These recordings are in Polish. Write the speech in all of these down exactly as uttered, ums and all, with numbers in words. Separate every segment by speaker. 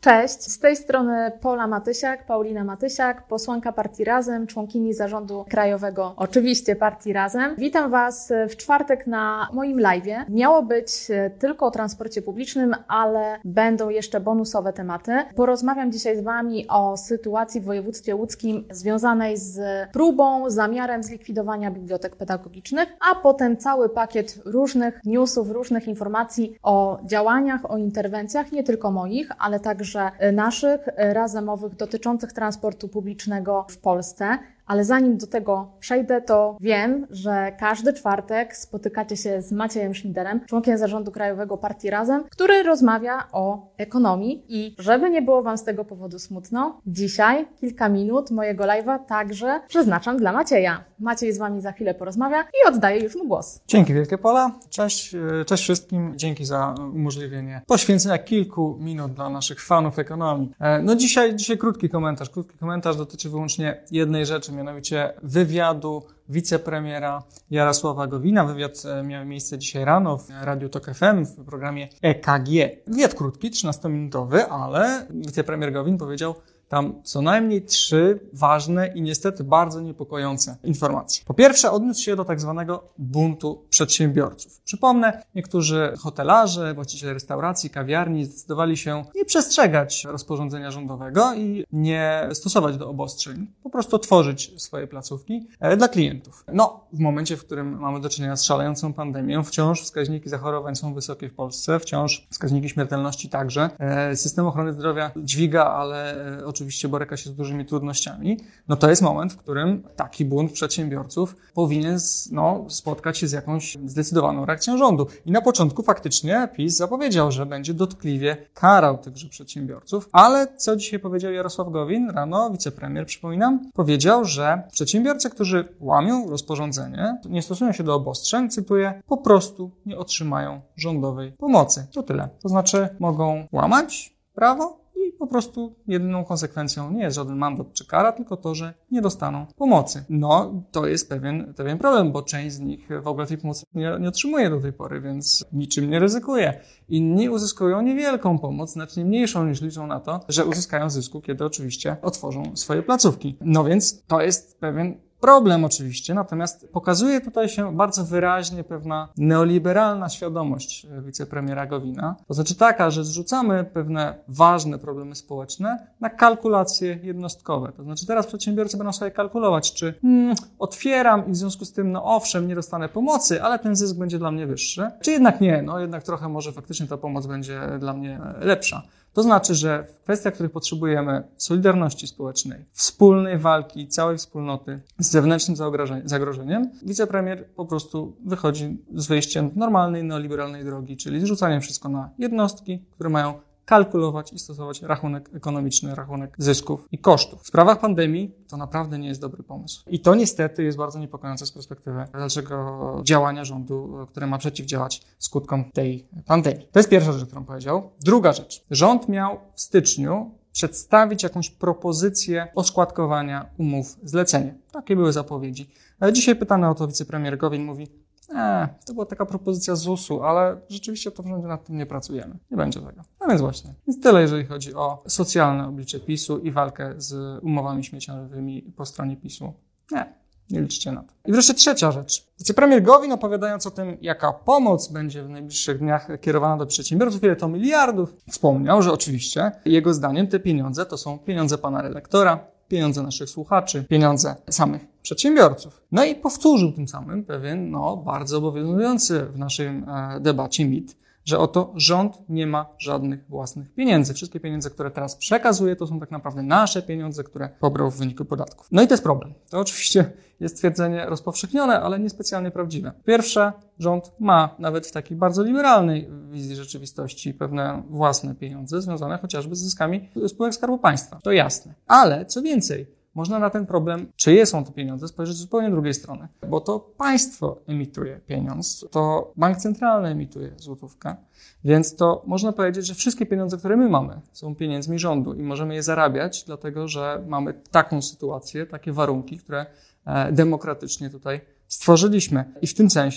Speaker 1: Cześć, z tej strony Pola Matysiak, Paulina Matysiak, posłanka Partii Razem, członkini zarządu krajowego, oczywiście Partii Razem. Witam Was w czwartek na moim live'ie. Miało być tylko o transporcie publicznym, ale będą jeszcze bonusowe tematy. Porozmawiam dzisiaj z Wami o sytuacji w województwie łódzkim związanej z próbą, zamiarem zlikwidowania bibliotek pedagogicznych, a potem cały pakiet różnych newsów, różnych informacji o działaniach, o interwencjach, nie tylko moich, ale także naszych, razemowych, dotyczących transportu publicznego w Polsce. Ale zanim do tego przejdę, to wiem, że każdy czwartek spotykacie się z Maciejem Szmiderem, członkiem zarządu krajowego Partii Razem, który rozmawia o ekonomii i żeby nie było Wam z tego powodu smutno, dzisiaj kilka minut mojego live'a także przeznaczam dla Macieja. Maciej z Wami za chwilę porozmawia i oddaję już mu głos.
Speaker 2: Dzięki wielkie, Pola. Cześć, cześć wszystkim. Dzięki za umożliwienie poświęcenia kilku minut dla naszych fanów ekonomii. No dzisiaj, dzisiaj krótki komentarz. Krótki komentarz dotyczy wyłącznie jednej rzeczy, mianowicie wywiadu wicepremiera Jarosława Gowina. Wywiad miał miejsce dzisiaj rano w Radiu Tok F M w programie E K G. Wywiad krótki, trzynastominutowy, ale wicepremier Gowin powiedział tam co najmniej trzy ważne i niestety bardzo niepokojące informacje. Po pierwsze, odniósł się do tak zwanego buntu przedsiębiorców. Przypomnę, niektórzy hotelarze, właściciele restauracji, kawiarni zdecydowali się nie przestrzegać rozporządzenia rządowego i nie stosować do obostrzeń, po prostu otworzyć swoje placówki dla klientów. No, w momencie, w którym mamy do czynienia z szalejącą pandemią, wciąż wskaźniki zachorowań są wysokie w Polsce, wciąż wskaźniki śmiertelności także. System ochrony zdrowia dźwiga, ale oczywiście oczywiście boryka się z dużymi trudnościami, no to jest moment, w którym taki bunt przedsiębiorców powinien no, spotkać się z jakąś zdecydowaną reakcją rządu. I na początku faktycznie PiS zapowiedział, że będzie dotkliwie karał tychże przedsiębiorców, ale co dzisiaj powiedział Jarosław Gowin rano, wicepremier, przypominam, powiedział, że przedsiębiorcy, którzy łamią rozporządzenie, nie stosują się do obostrzeń, cytuję, po prostu nie otrzymają rządowej pomocy. To tyle. To znaczy mogą łamać prawo, i po prostu jedyną konsekwencją nie jest żaden mandat czy kara, tylko to, że nie dostaną pomocy. No, to jest pewien, pewien problem, bo część z nich w ogóle tej pomocy nie, nie otrzymuje do tej pory, więc niczym nie ryzykuje. Inni uzyskują niewielką pomoc, znacznie mniejszą niż liczą na to, że uzyskają zysku, kiedy oczywiście otworzą swoje placówki. No więc to jest pewien problem oczywiście, natomiast pokazuje tutaj się bardzo wyraźnie pewna neoliberalna świadomość wicepremiera Gowina. To znaczy taka, że zrzucamy pewne ważne problemy społeczne na kalkulacje jednostkowe. To znaczy teraz przedsiębiorcy będą sobie kalkulować, czy hmm, otwieram i w związku z tym, no owszem, nie dostanę pomocy, ale ten zysk będzie dla mnie wyższy. Czy jednak nie, no jednak trochę może faktycznie ta pomoc będzie dla mnie lepsza. To znaczy, że w kwestiach, w których potrzebujemy solidarności społecznej, wspólnej walki całej wspólnoty z zewnętrznym zagrożeniem, wicepremier po prostu wychodzi z wyjściem normalnej, neoliberalnej drogi, czyli zrzucaniem wszystko na jednostki, które mają kalkulować i stosować rachunek ekonomiczny, rachunek zysków i kosztów. W sprawach pandemii to naprawdę nie jest dobry pomysł. I to niestety jest bardzo niepokojące z perspektywy dalszego działania rządu, które ma przeciwdziałać skutkom tej pandemii. To jest pierwsza rzecz, którą powiedział. Druga rzecz. Rząd miał w styczniu przedstawić jakąś propozycję oskładkowania umów zlecenia. Takie były zapowiedzi. Ale dzisiaj pytany o to wicepremier Gowin mówi: Nie, to była taka propozycja Z U S-u, ale rzeczywiście to w rządzie nad tym nie pracujemy. Nie będzie tego. No więc właśnie. Więc tyle, jeżeli chodzi o socjalne oblicze PiSu i walkę z umowami śmieciowymi po stronie PiSu. Nie, nie liczcie na to. I wreszcie trzecia rzecz. Wicepremier Gowin, opowiadając o tym, jaka pomoc będzie w najbliższych dniach kierowana do przedsiębiorców, ile to miliardów, wspomniał, że oczywiście jego zdaniem te pieniądze to są pieniądze pana redaktora, pieniądze naszych słuchaczy, pieniądze samych przedsiębiorców. No i powtórzył tym samym pewien, no, bardzo obowiązujący w naszej e, debacie mit, że oto rząd nie ma żadnych własnych pieniędzy. Wszystkie pieniądze, które teraz przekazuje, to są tak naprawdę nasze pieniądze, które pobrał w wyniku podatków. No i to jest problem. To oczywiście jest twierdzenie rozpowszechnione, ale niespecjalnie prawdziwe. Pierwsze, rząd ma nawet w takiej bardzo liberalnej wizji rzeczywistości pewne własne pieniądze związane chociażby z zyskami spółek Skarbu Państwa. To jasne. Ale co więcej, można na ten problem, czyje są to pieniądze, spojrzeć z zupełnie drugiej strony. Bo to państwo emituje pieniądz, to bank centralny emituje złotówkę, więc to można powiedzieć, że wszystkie pieniądze, które my mamy, są pieniędzmi rządu i możemy je zarabiać, dlatego że mamy taką sytuację, takie warunki, które demokratycznie tutaj stworzyliśmy. I w tym sensie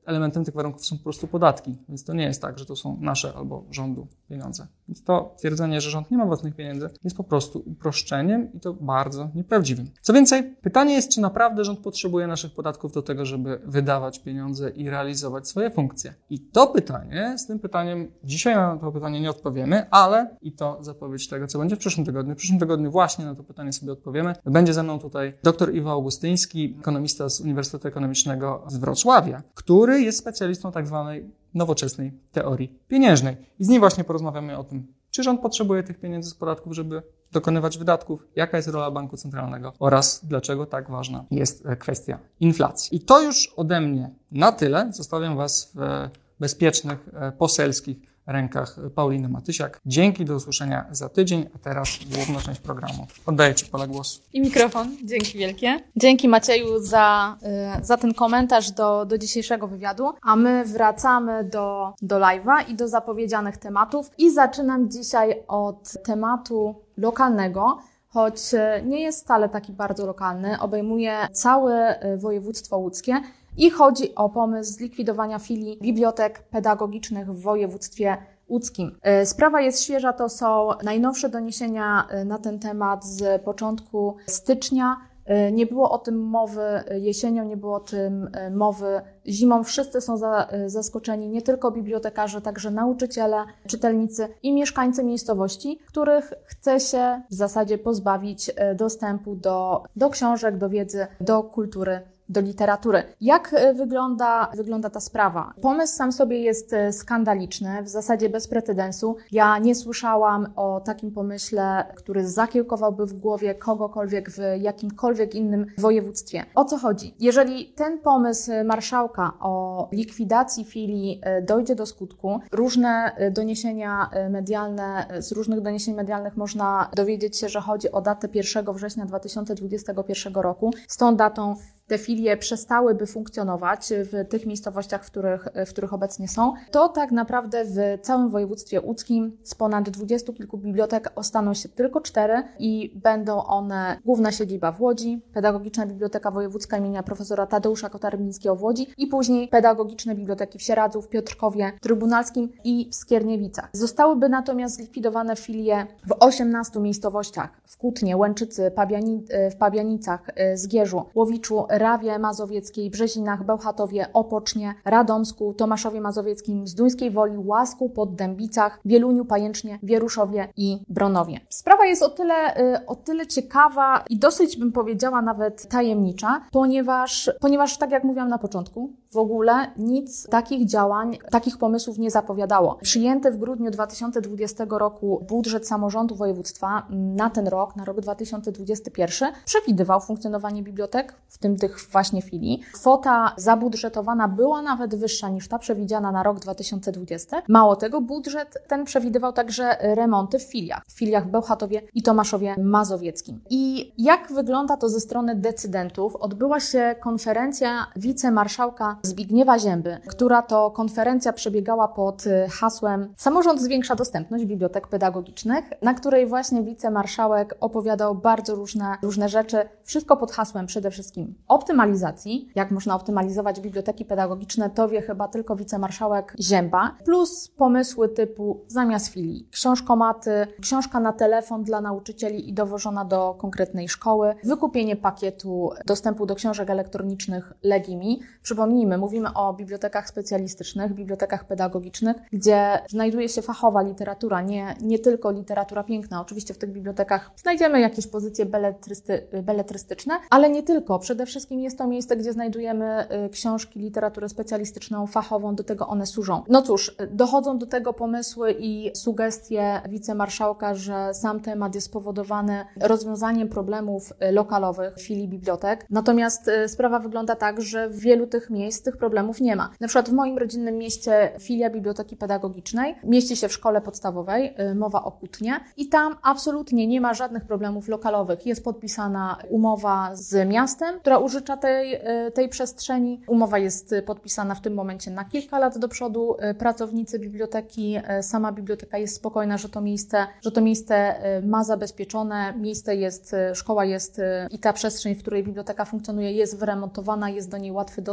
Speaker 2: elementem tych warunków są po prostu podatki, więc to nie jest tak, że to są nasze albo rządu pieniądze. Więc to twierdzenie, że rząd nie ma własnych pieniędzy, jest po prostu uproszczeniem i to bardzo nieprawdziwym. Co więcej, pytanie jest, czy naprawdę rząd potrzebuje naszych podatków do tego, żeby wydawać pieniądze i realizować swoje funkcje. I to pytanie, z tym pytaniem, dzisiaj na to pytanie nie odpowiemy, ale i to zapowiedź tego, co będzie w przyszłym tygodniu. W przyszłym tygodniu właśnie na to pytanie sobie odpowiemy. Będzie ze mną tutaj dr Iwo Augustyński, ekonomista z Uniwersytetu Ekonomicznego z Wrocławia, który jest specjalistą tak zwanej nowoczesnej teorii pieniężnej. I z nim właśnie porozmawiamy o tym, czy rząd potrzebuje tych pieniędzy z podatków, żeby dokonywać wydatków, jaka jest rola banku centralnego oraz dlaczego tak ważna jest kwestia inflacji. I to już ode mnie na tyle. Zostawiam Was w bezpiecznych, poselskich rękach Pauliny Matysiak. Dzięki, do usłyszenia za tydzień, a teraz główna część programu. Oddaję Ci pole głosu.
Speaker 1: I mikrofon. Dzięki wielkie. Dzięki Macieju za, za ten komentarz do, do dzisiejszego wywiadu, a my wracamy do, do live'a i do zapowiedzianych tematów i zaczynam dzisiaj od tematu lokalnego, choć nie jest wcale taki bardzo lokalny, obejmuje całe województwo łódzkie i chodzi o pomysł zlikwidowania filii bibliotek pedagogicznych w województwie łódzkim. Sprawa jest świeża, to są najnowsze doniesienia na ten temat z początku stycznia. Nie było o tym mowy jesienią, nie było o tym mowy zimą. Wszyscy są za, zaskoczeni, nie tylko bibliotekarze, także nauczyciele, czytelnicy i mieszkańcy miejscowości, których chce się w zasadzie pozbawić dostępu do, do książek, do wiedzy, do kultury, do literatury. Jak wygląda, wygląda ta sprawa? Pomysł sam sobie jest skandaliczny, w zasadzie bez precedensu. Ja nie słyszałam o takim pomyśle, który zakiełkowałby w głowie kogokolwiek w jakimkolwiek innym województwie. O co chodzi? Jeżeli ten pomysł marszałka o likwidacji filii dojdzie do skutku, różne doniesienia medialne, z różnych doniesień medialnych można dowiedzieć się, że chodzi o datę pierwszego września dwa tysiące dwudziestego pierwszego roku. Z tą datą te filie przestałyby funkcjonować w tych miejscowościach, w których, w których obecnie są, to tak naprawdę w całym województwie łódzkim z ponad dwudziestu kilku bibliotek ostaną się tylko cztery i będą one główna siedziba w Łodzi, Pedagogiczna Biblioteka Wojewódzka imienia profesora Tadeusza Kotarbińskiego w Łodzi i później pedagogiczne biblioteki w Sieradzu, w Piotrkowie Trybunalskim i w Skierniewicach. Zostałyby natomiast zlikwidowane filie w osiemnastu miejscowościach: w Kutnie, Łęczycy, Pabiani, w Pabianicach, Zgierzu, Łowiczu, Rawie Mazowieckiej, Brzezinach, Bełchatowie, Opocznie, Radomsku, Tomaszowie Mazowieckim, Zduńskiej Woli, Łasku, Poddębicach, Wieluniu, Pajęcznie, Wieruszowie i Bronowie. Sprawa jest o tyle, o tyle ciekawa i dosyć, bym powiedziała, nawet tajemnicza, ponieważ, ponieważ tak jak mówiłam na początku, w ogóle nic takich działań, takich pomysłów nie zapowiadało. Przyjęty w grudniu dwa tysiące dwudziestego roku budżet samorządu województwa na ten rok, na rok dwa tysiące dwudziesty pierwszy, przewidywał funkcjonowanie bibliotek, w tym tych właśnie filii. Kwota zabudżetowana była nawet wyższa niż ta przewidziana na rok dwa tysiące dwudziesty. Mało tego, budżet ten przewidywał także remonty w filiach, w filiach w Bełchatowie i Tomaszowie Mazowieckim. I jak wygląda to ze strony decydentów? Odbyła się konferencja wicemarszałka Zbigniewa Zięby, która to konferencja przebiegała pod hasłem Samorząd zwiększa dostępność bibliotek pedagogicznych, na której właśnie wicemarszałek opowiadał bardzo różne, różne rzeczy, wszystko pod hasłem przede wszystkim optymalizacji. Jak można optymalizować biblioteki pedagogiczne, to wie chyba tylko wicemarszałek Zięba, plus pomysły typu zamiast filii książkomaty, książka na telefon dla nauczycieli i dowożona do konkretnej szkoły, wykupienie pakietu dostępu do książek elektronicznych Legimi. Przypomnijmy, mówimy o bibliotekach specjalistycznych, bibliotekach pedagogicznych, gdzie znajduje się fachowa literatura, nie, nie tylko literatura piękna. Oczywiście w tych bibliotekach znajdziemy jakieś pozycje beletrysty, beletrystyczne, ale nie tylko. Przede wszystkim jest to miejsce, gdzie znajdujemy książki, literaturę specjalistyczną, fachową, do tego one służą. No cóż, dochodzą do tego pomysły i sugestie wicemarszałka, że sam temat jest spowodowany rozwiązaniem problemów lokalowych filii bibliotek. Natomiast sprawa wygląda tak, że w wielu tych miejsc tych problemów nie ma. Na przykład w moim rodzinnym mieście filia biblioteki pedagogicznej mieści się w szkole podstawowej, mowa o Kutnie, i tam absolutnie nie ma żadnych problemów lokalowych. Jest podpisana umowa z miastem, która użycza tej, tej przestrzeni. Umowa jest podpisana w tym momencie na kilka lat do przodu. Pracownicy biblioteki, sama biblioteka jest spokojna, że to miejsce, że to miejsce ma zabezpieczone, miejsce jest, szkoła jest i ta przestrzeń, w której biblioteka funkcjonuje, jest wyremontowana, jest do niej łatwy dostęp i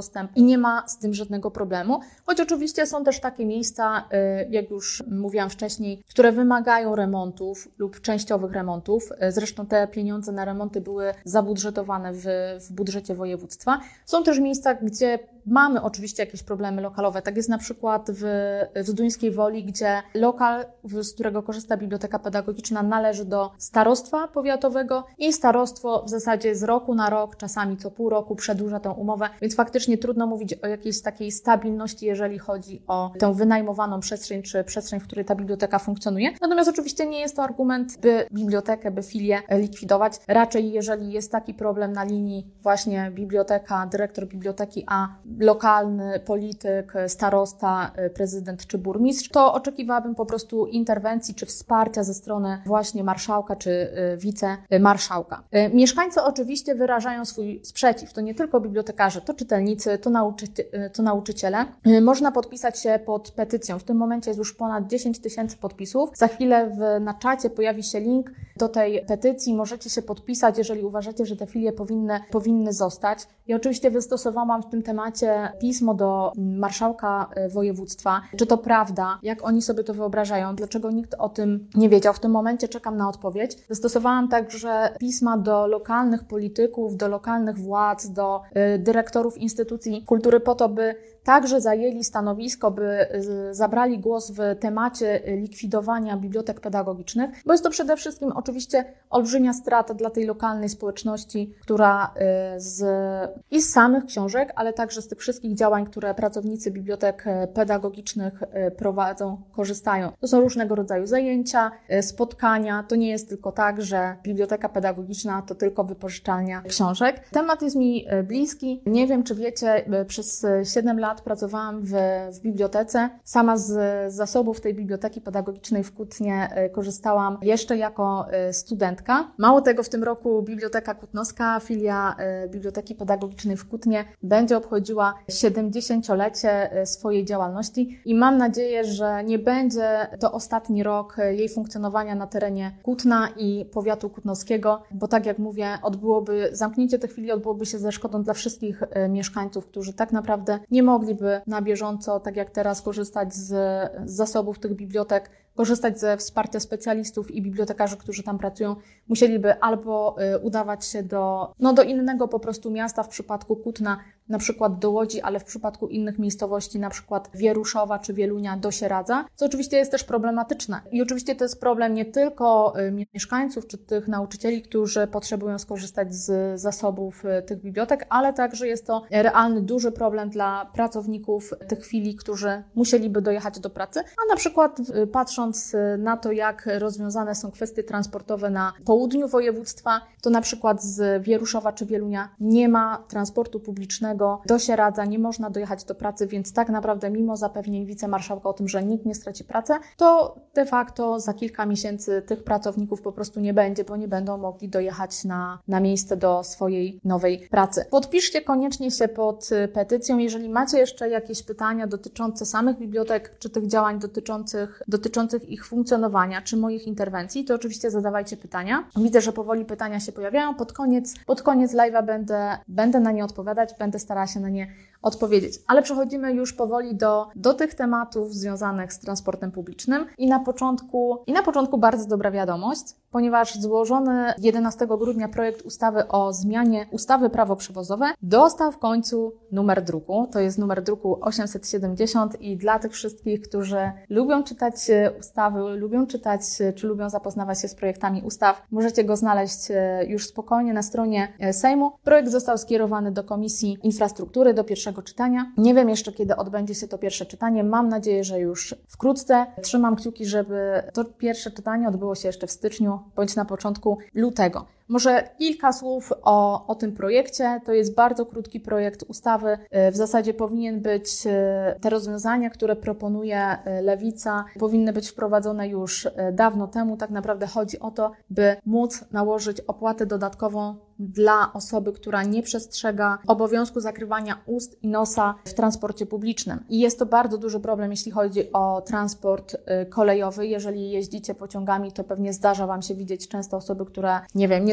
Speaker 1: nie ma z tym żadnego problemu. Choć oczywiście są też takie miejsca, jak już mówiłam wcześniej, które wymagają remontów lub częściowych remontów. Zresztą te pieniądze na remonty były zabudżetowane w, w budżecie województwa. Są też miejsca, gdzie mamy oczywiście jakieś problemy lokalowe. Tak jest na przykład w, w Zduńskiej Woli, gdzie lokal, z którego korzysta Biblioteka Pedagogiczna, należy do starostwa powiatowego i starostwo w zasadzie z roku na rok, czasami co pół roku przedłuża tę umowę, więc faktycznie trudno mówić o jakiejś takiej stabilności, jeżeli chodzi o tę wynajmowaną przestrzeń, czy przestrzeń, w której ta biblioteka funkcjonuje. Natomiast oczywiście nie jest to argument, by bibliotekę, by filię likwidować. Raczej jeżeli jest taki problem na linii właśnie biblioteka, dyrektor biblioteki, a lokalny polityk, starosta, prezydent czy burmistrz, to oczekiwałabym po prostu interwencji czy wsparcia ze strony właśnie marszałka czy wicemarszałka. Mieszkańcy oczywiście wyrażają swój sprzeciw. To nie tylko bibliotekarze, to czytelnicy, to, nauczyci- to nauczyciele. Można podpisać się pod petycją. W tym momencie jest już ponad dziesięć tysięcy podpisów. Za chwilę w, na czacie pojawi się link do tej petycji. Możecie się podpisać, jeżeli uważacie, że te filie powinny, powinny zostać. Ja oczywiście wystosowałam w tym temacie pismo do marszałka województwa. Czy to prawda? Jak oni sobie to wyobrażają? Dlaczego nikt o tym nie wiedział? W tym momencie czekam na odpowiedź. Wystosowałam także pisma do lokalnych polityków, do lokalnych władz, do y, dyrektorów instytucji kultury po to, by także zajęli stanowisko, by zabrali głos w temacie likwidowania bibliotek pedagogicznych, bo jest to przede wszystkim oczywiście olbrzymia strata dla tej lokalnej społeczności, która z, i z samych książek, ale także z tych wszystkich działań, które pracownicy bibliotek pedagogicznych prowadzą, korzystają. To są różnego rodzaju zajęcia, spotkania. To nie jest tylko tak, że biblioteka pedagogiczna to tylko wypożyczalnia książek. Temat jest mi bliski. Nie wiem, czy wiecie, przez siedem lat pracowałam w, w bibliotece. Sama z zasobów tej biblioteki pedagogicznej w Kutnie korzystałam jeszcze jako studentka. Mało tego, w tym roku Biblioteka Kutnowska, filia Biblioteki Pedagogicznej w Kutnie, będzie obchodziła siedemdziesięciolecie swojej działalności i mam nadzieję, że nie będzie to ostatni rok jej funkcjonowania na terenie Kutna i powiatu kutnowskiego, bo tak jak mówię, odbyłoby, zamknięcie tej filii odbyłoby się ze szkodą dla wszystkich mieszkańców, którzy tak naprawdę nie mogli mogliby na bieżąco, tak jak teraz, korzystać z, z zasobów tych bibliotek, korzystać ze wsparcia specjalistów i bibliotekarzy, którzy tam pracują. Musieliby albo udawać się do, no do innego po prostu miasta, w przypadku Kutna, na przykład do Łodzi, ale w przypadku innych miejscowości, na przykład Wieruszowa czy Wielunia, do Sieradza, co oczywiście jest też problematyczne. I oczywiście to jest problem nie tylko mieszkańców czy tych nauczycieli, którzy potrzebują skorzystać z zasobów tych bibliotek, ale także jest to realny, duży problem dla pracowników tych filii, którzy musieliby dojechać do pracy, a na przykład patrząc na to, jak rozwiązane są kwestie transportowe na południu województwa, to na przykład z Wieruszowa czy Wielunia nie ma transportu publicznego do Sieradza, nie można dojechać do pracy, więc tak naprawdę mimo zapewnień wicemarszałka o tym, że nikt nie straci pracy, to de facto za kilka miesięcy tych pracowników po prostu nie będzie, bo nie będą mogli dojechać na, na miejsce do swojej nowej pracy. Podpiszcie koniecznie się pod petycją, jeżeli macie jeszcze jakieś pytania dotyczące samych bibliotek, czy tych działań dotyczących, dotyczących ich funkcjonowania, czy moich interwencji, to oczywiście zadawajcie pytania. Widzę, że powoli pytania się pojawiają. Pod koniec, pod koniec live'a będę, będę na nie odpowiadać, będę starała się na nie odpowiedzieć. Ale przechodzimy już powoli do, do tych tematów związanych z transportem publicznym i na początku, i na początku bardzo dobra wiadomość, ponieważ złożony jedenastego grudnia projekt ustawy o zmianie ustawy Prawo przewozowe dostał w końcu numer druku. To jest numer druku osiemset siedemdziesiąt i dla tych wszystkich, którzy lubią czytać ustawy, lubią czytać, czy lubią zapoznawać się z projektami ustaw, możecie go znaleźć już spokojnie na stronie Sejmu. Projekt został skierowany do Komisji Infrastruktury do pierwszego czytania. Nie wiem jeszcze, kiedy odbędzie się to pierwsze czytanie. Mam nadzieję, że już wkrótce. Trzymam kciuki, żeby to pierwsze czytanie odbyło się jeszcze w styczniu bądź na początku lutego. Może kilka słów o, o tym projekcie. To jest bardzo krótki projekt ustawy. W zasadzie powinien być, te rozwiązania, które proponuje Lewica, powinny być wprowadzone już dawno temu. Tak naprawdę chodzi o to, by móc nałożyć opłatę dodatkową dla osoby, która nie przestrzega obowiązku zakrywania ust i nosa w transporcie publicznym. I jest to bardzo duży problem, jeśli chodzi o transport kolejowy. Jeżeli jeździcie pociągami, to pewnie zdarza Wam się widzieć często osoby, które, nie wiem, nie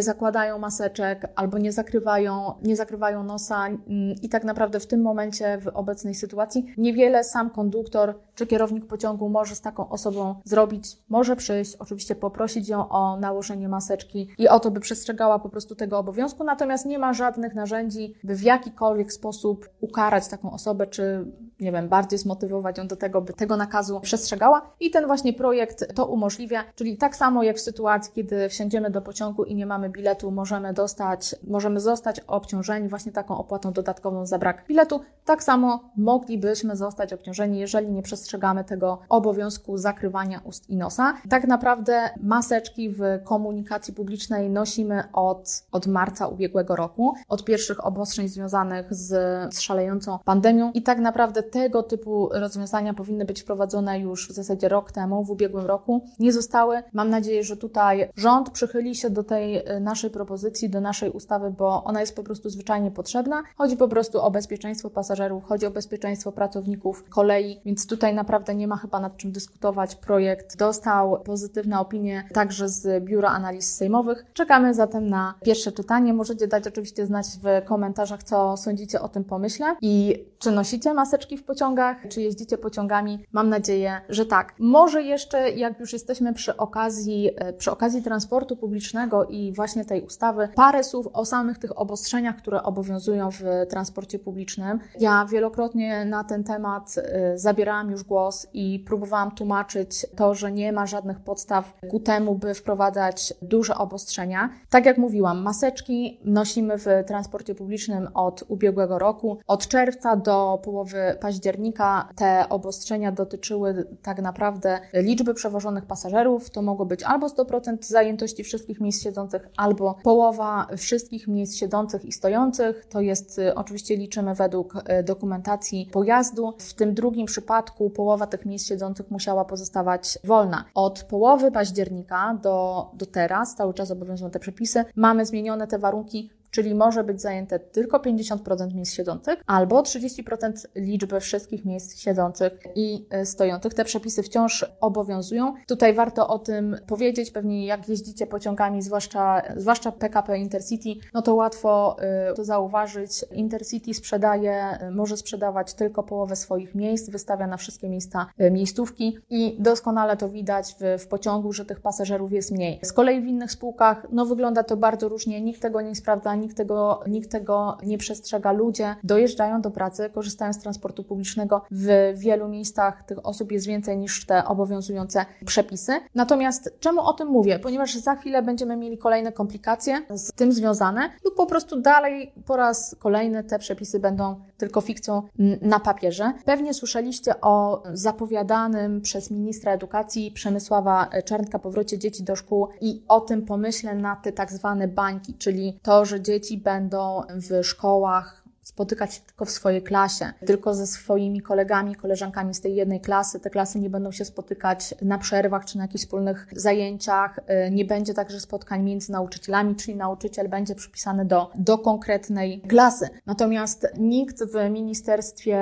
Speaker 1: zakładają maseczek albo nie zakrywają, nie zakrywają nosa i tak naprawdę w tym momencie, w obecnej sytuacji, niewiele sam konduktor czy kierownik pociągu może z taką osobą zrobić. Może przyjść, oczywiście poprosić ją o nałożenie maseczki i o to, by przestrzegała po prostu tego obowiązku, natomiast nie ma żadnych narzędzi, by w jakikolwiek sposób ukarać taką osobę, czy nie wiem, bardziej zmotywować ją do tego, by tego nakazu przestrzegała i ten właśnie projekt to umożliwia, czyli tak samo jak w sytuacji, kiedy wsiądziemy do pociągu i nie mamy biletu, możemy dostać, możemy zostać obciążeni właśnie taką opłatą dodatkową za brak biletu, tak samo moglibyśmy zostać obciążeni, jeżeli nie przestrzegamy tego obowiązku zakrywania ust i nosa. Tak naprawdę maseczki w komunikacji publicznej nosimy od, od marca ubiegłego roku, od pierwszych obostrzeń związanych z, z szalejącą pandemią i tak naprawdę tego typu rozwiązania powinny być wprowadzone już w zasadzie rok temu, w ubiegłym roku. Nie zostały. Mam nadzieję, że tutaj rząd przychyli się do tej naszej propozycji, do naszej ustawy, bo ona jest po prostu zwyczajnie potrzebna. Chodzi po prostu o bezpieczeństwo pasażerów, chodzi o bezpieczeństwo pracowników kolei, więc tutaj naprawdę nie ma chyba nad czym dyskutować. Projekt dostał pozytywne opinie także z Biura Analiz Sejmowych. Czekamy zatem na pierwsze czytanie. Możecie dać oczywiście znać w komentarzach, co sądzicie o tym pomyśle i czy nosicie maseczki w pociągach, czy jeździcie pociągami. Mam nadzieję, że tak. Może jeszcze, jak już jesteśmy przy okazji, przy okazji transportu publicznego i właśnie tej ustawy, parę słów o samych tych obostrzeniach, które obowiązują w transporcie publicznym. Ja wielokrotnie na ten temat zabierałam już głos i próbowałam tłumaczyć to, że nie ma żadnych podstaw ku temu, by wprowadzać duże obostrzenia. Tak jak mówiłam, maseczki nosimy w transporcie publicznym od ubiegłego roku. Od czerwca do połowy października te obostrzenia dotyczyły tak naprawdę liczby przewożonych pasażerów. To mogło być albo sto procent zajętości wszystkich miejsc siedzących, albo połowa wszystkich miejsc siedzących i stojących. To jest, oczywiście liczymy według dokumentacji pojazdu. W tym drugim przypadku połowa tych miejsc siedzących musiała pozostawać wolna. Od połowy października do, do teraz, cały czas obowiązują te przepisy, mamy zmienione te warunki, czyli może być zajęte tylko pięćdziesiąt procent miejsc siedzących albo trzydzieści procent liczby wszystkich miejsc siedzących i stojących. Te przepisy wciąż obowiązują. Tutaj warto o tym powiedzieć, pewnie jak jeździcie pociągami, zwłaszcza, zwłaszcza P K P Intercity, no to łatwo y, to zauważyć. Intercity sprzedaje, y, może sprzedawać tylko połowę swoich miejsc, wystawia na wszystkie miejsca y, miejscówki i doskonale to widać w, w pociągu, że tych pasażerów jest mniej. Z kolei w innych spółkach, no wygląda to bardzo różnie, nikt tego nie sprawdza, Nikt tego, nikt tego nie przestrzega. Ludzie dojeżdżają do pracy, korzystają z transportu publicznego. W wielu miejscach tych osób jest więcej niż te obowiązujące przepisy. Natomiast czemu o tym mówię? Ponieważ za chwilę będziemy mieli kolejne komplikacje z tym związane lub po prostu dalej po raz kolejny te przepisy będą tylko fikcją na papierze. Pewnie słyszeliście o zapowiadanym przez ministra edukacji Przemysława Czarnka powrocie dzieci do szkół i o tym pomyśle na te tak zwane bańki, czyli to, że dzieci będą w szkołach spotykać się tylko w swojej klasie, tylko ze swoimi kolegami, koleżankami z tej jednej klasy. Te klasy nie będą się spotykać na przerwach czy na jakichś wspólnych zajęciach. Nie będzie także spotkań między nauczycielami, czyli nauczyciel będzie przypisany do, do konkretnej klasy. Natomiast nikt w Ministerstwie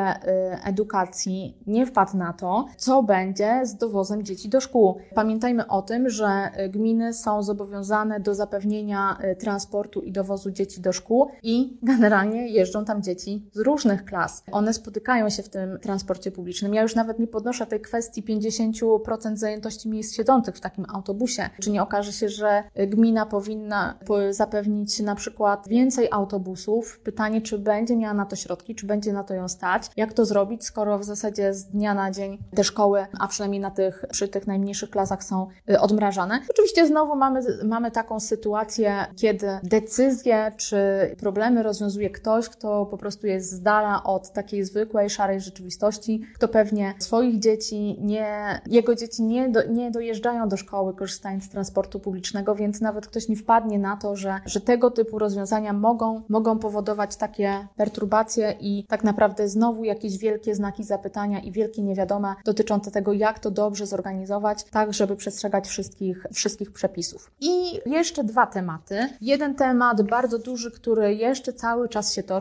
Speaker 1: Edukacji nie wpadł na to, co będzie z dowozem dzieci do szkół. Pamiętajmy o tym, że gminy są zobowiązane do zapewnienia transportu i dowozu dzieci do szkół i generalnie jeżdżą tam dzieci z różnych klas. One spotykają się w tym transporcie publicznym. Ja już nawet nie podnoszę tej kwestii pięćdziesiąt procent zajętości miejsc siedzących w takim autobusie. Czy nie okaże się, że gmina powinna zapewnić na przykład więcej autobusów? Pytanie, czy będzie miała na to środki, czy będzie na to ją stać? Jak to zrobić, skoro w zasadzie z dnia na dzień te szkoły, a przynajmniej na tych, przy tych najmniejszych klasach są odmrażane? Oczywiście znowu mamy, mamy taką sytuację, kiedy decyzje czy problemy rozwiązuje ktoś, kto po prostu jest z dala od takiej zwykłej, szarej rzeczywistości, kto pewnie swoich dzieci nie, jego dzieci nie, do, nie dojeżdżają do szkoły korzystając z transportu publicznego, więc nawet ktoś nie wpadnie na to, że, że tego typu rozwiązania mogą, mogą powodować takie perturbacje i tak naprawdę znowu jakieś wielkie znaki zapytania i wielkie niewiadome dotyczące tego, jak to dobrze zorganizować, tak żeby przestrzegać wszystkich, wszystkich przepisów. I jeszcze dwa tematy. Jeden temat bardzo duży, który jeszcze cały czas się toczy, to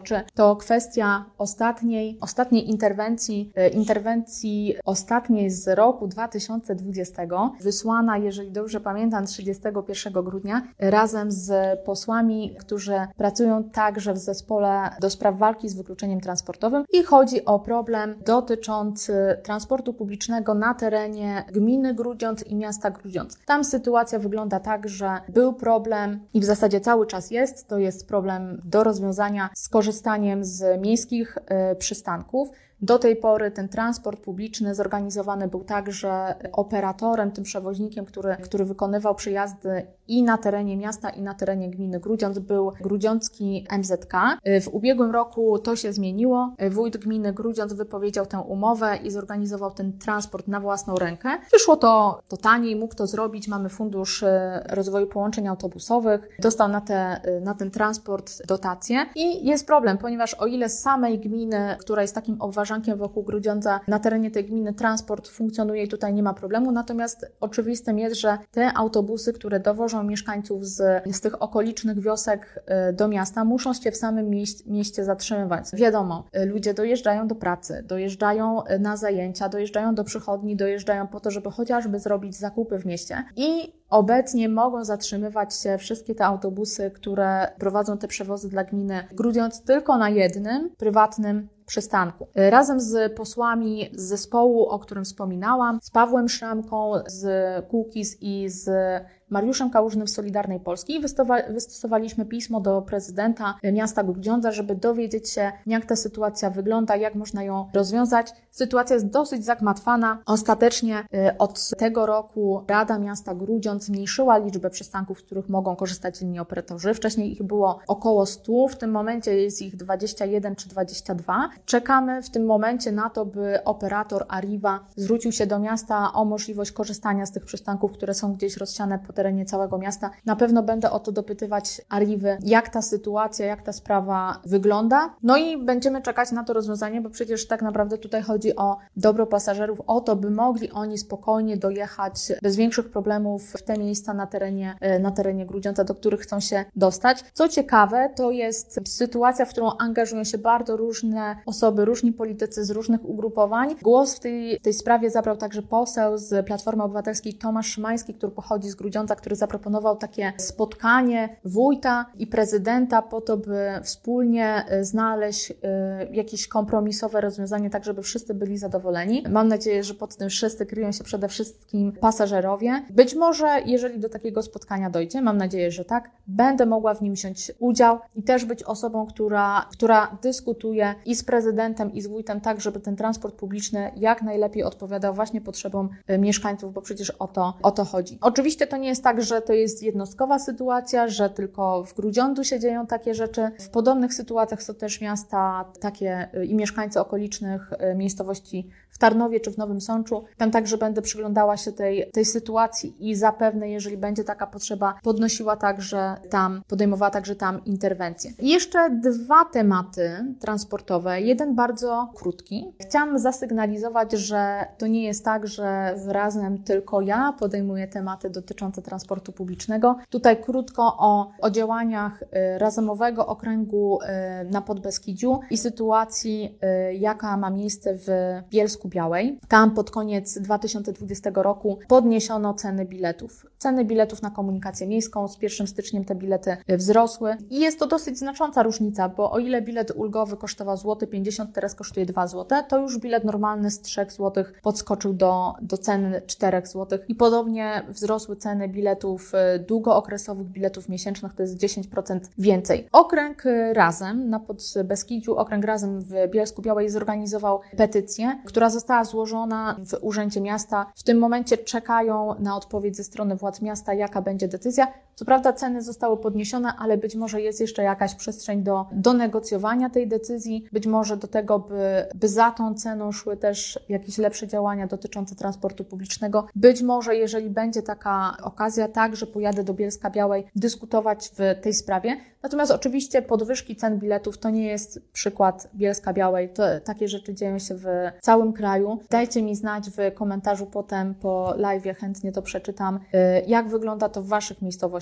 Speaker 1: to kwestia ostatniej, ostatniej interwencji, interwencji ostatniej z roku dwa tysiące dwudziestego, wysłana, jeżeli dobrze pamiętam, trzydziestego pierwszego grudnia, razem z posłami, którzy pracują także w zespole do spraw walki z wykluczeniem transportowym i chodzi o problem dotyczący transportu publicznego na terenie gminy Grudziądz i miasta Grudziądz. Tam sytuacja wygląda tak, że był problem i w zasadzie cały czas jest, to jest problem do rozwiązania z korzystaniem z miejskich y, przystanków. Do tej pory ten transport publiczny zorganizowany był tak, że operatorem, tym przewoźnikiem, który, który wykonywał przejazdy i na terenie miasta, i na terenie gminy Grudziądz, był Grudziącki M Z K. W ubiegłym roku to się zmieniło. Wójt gminy Grudziądz wypowiedział tę umowę i zorganizował ten transport na własną rękę. Wyszło to, to taniej, mógł to zrobić. Mamy Fundusz Rozwoju Połączeń Autobusowych. Dostał na, te, na ten transport dotację i jest problem, ponieważ o ile z samej gminy, która jest takim obważaniem wokół Grudziądza, na terenie tej gminy transport funkcjonuje i tutaj nie ma problemu, natomiast oczywistym jest, że te autobusy, które dowożą mieszkańców z, z tych okolicznych wiosek do miasta, muszą się w samym mieście, mieście zatrzymywać. Wiadomo, ludzie dojeżdżają do pracy, dojeżdżają na zajęcia, dojeżdżają do przychodni, dojeżdżają po to, żeby chociażby zrobić zakupy w mieście i obecnie mogą zatrzymywać się wszystkie te autobusy, które prowadzą te przewozy dla gminy Grudziądz tylko na jednym prywatnym przystanku. Razem z posłami z zespołu, o którym wspominałam, z Pawłem Szramką, z Kukiz i z Mariuszem Kałużnym z Solidarnej Polski wystosowaliśmy pismo do prezydenta miasta Grudziądza, żeby dowiedzieć się, jak ta sytuacja wygląda, jak można ją rozwiązać. Sytuacja jest dosyć zagmatwana. Ostatecznie od tego roku Rada Miasta Grudziądz zmniejszyła liczbę przystanków, z których mogą korzystać inni operatorzy. Wcześniej ich było około stu, w tym momencie jest ich dwadzieścia jeden czy dwadzieścia dwa. Czekamy w tym momencie na to, by operator Arriva zwrócił się do miasta o możliwość korzystania z tych przystanków, które są gdzieś rozsiane po terenie całego miasta. Na pewno będę o to dopytywać Arrivy, jak ta sytuacja, jak ta sprawa wygląda. No i będziemy czekać na to rozwiązanie, bo przecież tak naprawdę tutaj chodzi o dobro pasażerów, o to, by mogli oni spokojnie dojechać bez większych problemów w te miejsca na terenie, na terenie Grudziądza, do których chcą się dostać. Co ciekawe, to jest sytuacja, w którą angażują się bardzo różne osoby, różni politycy z różnych ugrupowań. Głos w tej, tej sprawie zabrał także poseł z Platformy Obywatelskiej Tomasz Szymański, który pochodzi z Grudziądza, który zaproponował takie spotkanie wójta i prezydenta po to, by wspólnie znaleźć y, jakieś kompromisowe rozwiązanie, tak żeby wszyscy byli zadowoleni. Mam nadzieję, że pod tym wszyscy kryją się przede wszystkim pasażerowie. Być może, jeżeli do takiego spotkania dojdzie, mam nadzieję, że tak, będę mogła w nim wziąć udział i też być osobą, która, która dyskutuje i z prezydentem, i z wójtem, tak żeby ten transport publiczny jak najlepiej odpowiadał właśnie potrzebom mieszkańców, bo przecież o to, o to chodzi. Oczywiście to nie jest tak, że to jest jednostkowa sytuacja, że tylko w Grudziądzu się dzieją takie rzeczy. W podobnych sytuacjach są też miasta takie i mieszkańcy okolicznych miejscowości w Tarnowie czy w Nowym Sączu. Tam także będę przyglądała się tej, tej sytuacji i zapewne, jeżeli będzie taka potrzeba, podnosiła także tam, podejmowała także tam interwencję. I jeszcze dwa tematy transportowe. Jeden bardzo krótki. Chciałam zasygnalizować, że to nie jest tak, że razem tylko ja podejmuję tematy dotyczące transportu publicznego. Tutaj krótko o, o działaniach Razemowego Okręgu na Podbeskidziu i sytuacji, jaka ma miejsce w Bielsku-Białej. Tam pod koniec dwa tysiące dwudziestego roku podniesiono ceny biletów. Ceny biletów na komunikację miejską. Z pierwszym stycznia te bilety wzrosły i jest to dosyć znacząca różnica, bo o ile bilet ulgowy kosztował złoty pięćdziesiąt, teraz kosztuje dwa złote, to już bilet normalny z trzech złotych podskoczył do, do ceny czterech złotych i podobnie wzrosły ceny biletów długookresowych, biletów miesięcznych, to jest dziesięć procent więcej. Okręg Razem na Podbeskidziu, Okręg Razem w Bielsku-Białej zorganizował petycję, która została złożona w Urzędzie Miasta. W tym momencie czekają na odpowiedź ze strony władz miasta, jaka będzie decyzja. Co prawda ceny zostały podniesione, ale być może jest jeszcze jakaś przestrzeń do, do negocjowania tej decyzji, być może do tego, by, by za tą ceną szły też jakieś lepsze działania dotyczące transportu publicznego. Być może, jeżeli będzie taka okazja, tak, że pojadę do Bielska-Białej dyskutować w tej sprawie. Natomiast oczywiście podwyżki cen biletów to nie jest przykład Bielska-Białej. To, takie rzeczy dzieją się w całym kraju. Dajcie mi znać w komentarzu potem po live'ie, chętnie to przeczytam, jak wygląda to w Waszych miejscowościach.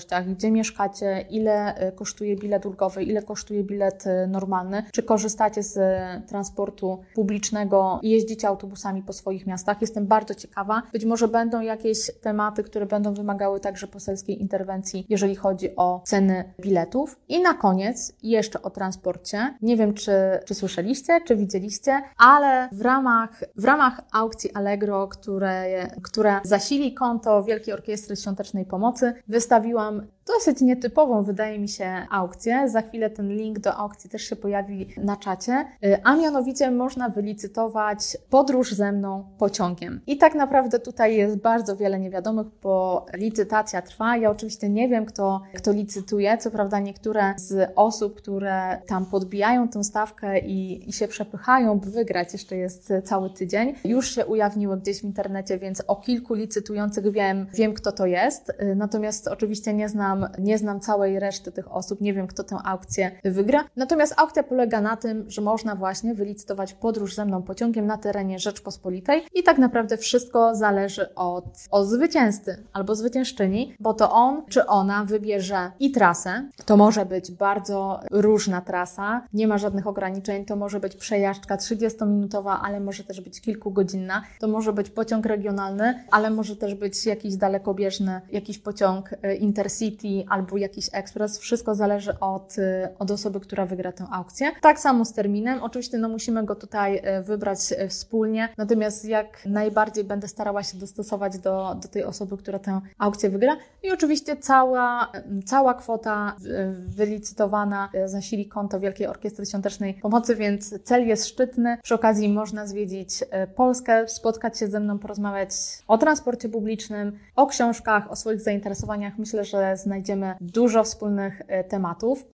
Speaker 1: możliwościach, gdzie mieszkacie, ile kosztuje bilet ulgowy, ile kosztuje bilet normalny, czy korzystacie z transportu publicznego i jeździcie autobusami po swoich miastach. Jestem bardzo ciekawa. Być może będą jakieś tematy, które będą wymagały także poselskiej interwencji, jeżeli chodzi o ceny biletów. I na koniec jeszcze o transporcie. Nie wiem, czy, czy słyszeliście, czy widzieliście, ale w ramach, w ramach aukcji Allegro, które, które zasili konto Wielkiej Orkiestry Świątecznej Pomocy, wystawiłam dosyć nietypową, wydaje mi się, aukcję. Za chwilę ten link do aukcji też się pojawi na czacie, a mianowicie można wylicytować podróż ze mną pociągiem. I tak naprawdę tutaj jest bardzo wiele niewiadomych, bo licytacja trwa. Ja oczywiście nie wiem, kto, kto licytuje. Co prawda niektóre z osób, które tam podbijają tę stawkę i, i się przepychają, by wygrać, jeszcze jest cały tydzień, już się ujawniły gdzieś w internecie, więc o kilku licytujących wiem, wiem kto to jest. Natomiast oczywiście nie znam Nie znam całej reszty tych osób, nie wiem, kto tę aukcję wygra. Natomiast aukcja polega na tym, że można właśnie wylicytować podróż ze mną pociągiem na terenie Rzeczpospolitej i tak naprawdę wszystko zależy od, od zwycięzcy albo zwyciężczyni, bo to on czy ona wybierze i trasę. To może być bardzo różna trasa, nie ma żadnych ograniczeń, to może być przejażdżka trzydziestominutowa, ale może też być kilkugodzinna, to może być pociąg regionalny, ale może też być jakiś dalekobieżny, jakiś pociąg Intercity albo jakiś ekspres. Wszystko zależy od, od osoby, która wygra tę aukcję. Tak samo z terminem. Oczywiście no, musimy go tutaj wybrać wspólnie, natomiast jak najbardziej będę starała się dostosować do, do tej osoby, która tę aukcję wygra. I oczywiście cała, cała kwota wylicytowana zasili konto Wielkiej Orkiestry Świątecznej Pomocy, więc cel jest szczytny. Przy okazji można zwiedzić Polskę, spotkać się ze mną, porozmawiać o transporcie publicznym, o książkach, o swoich zainteresowaniach. Myślę, że znajdziemy dużo wspólnych tematów.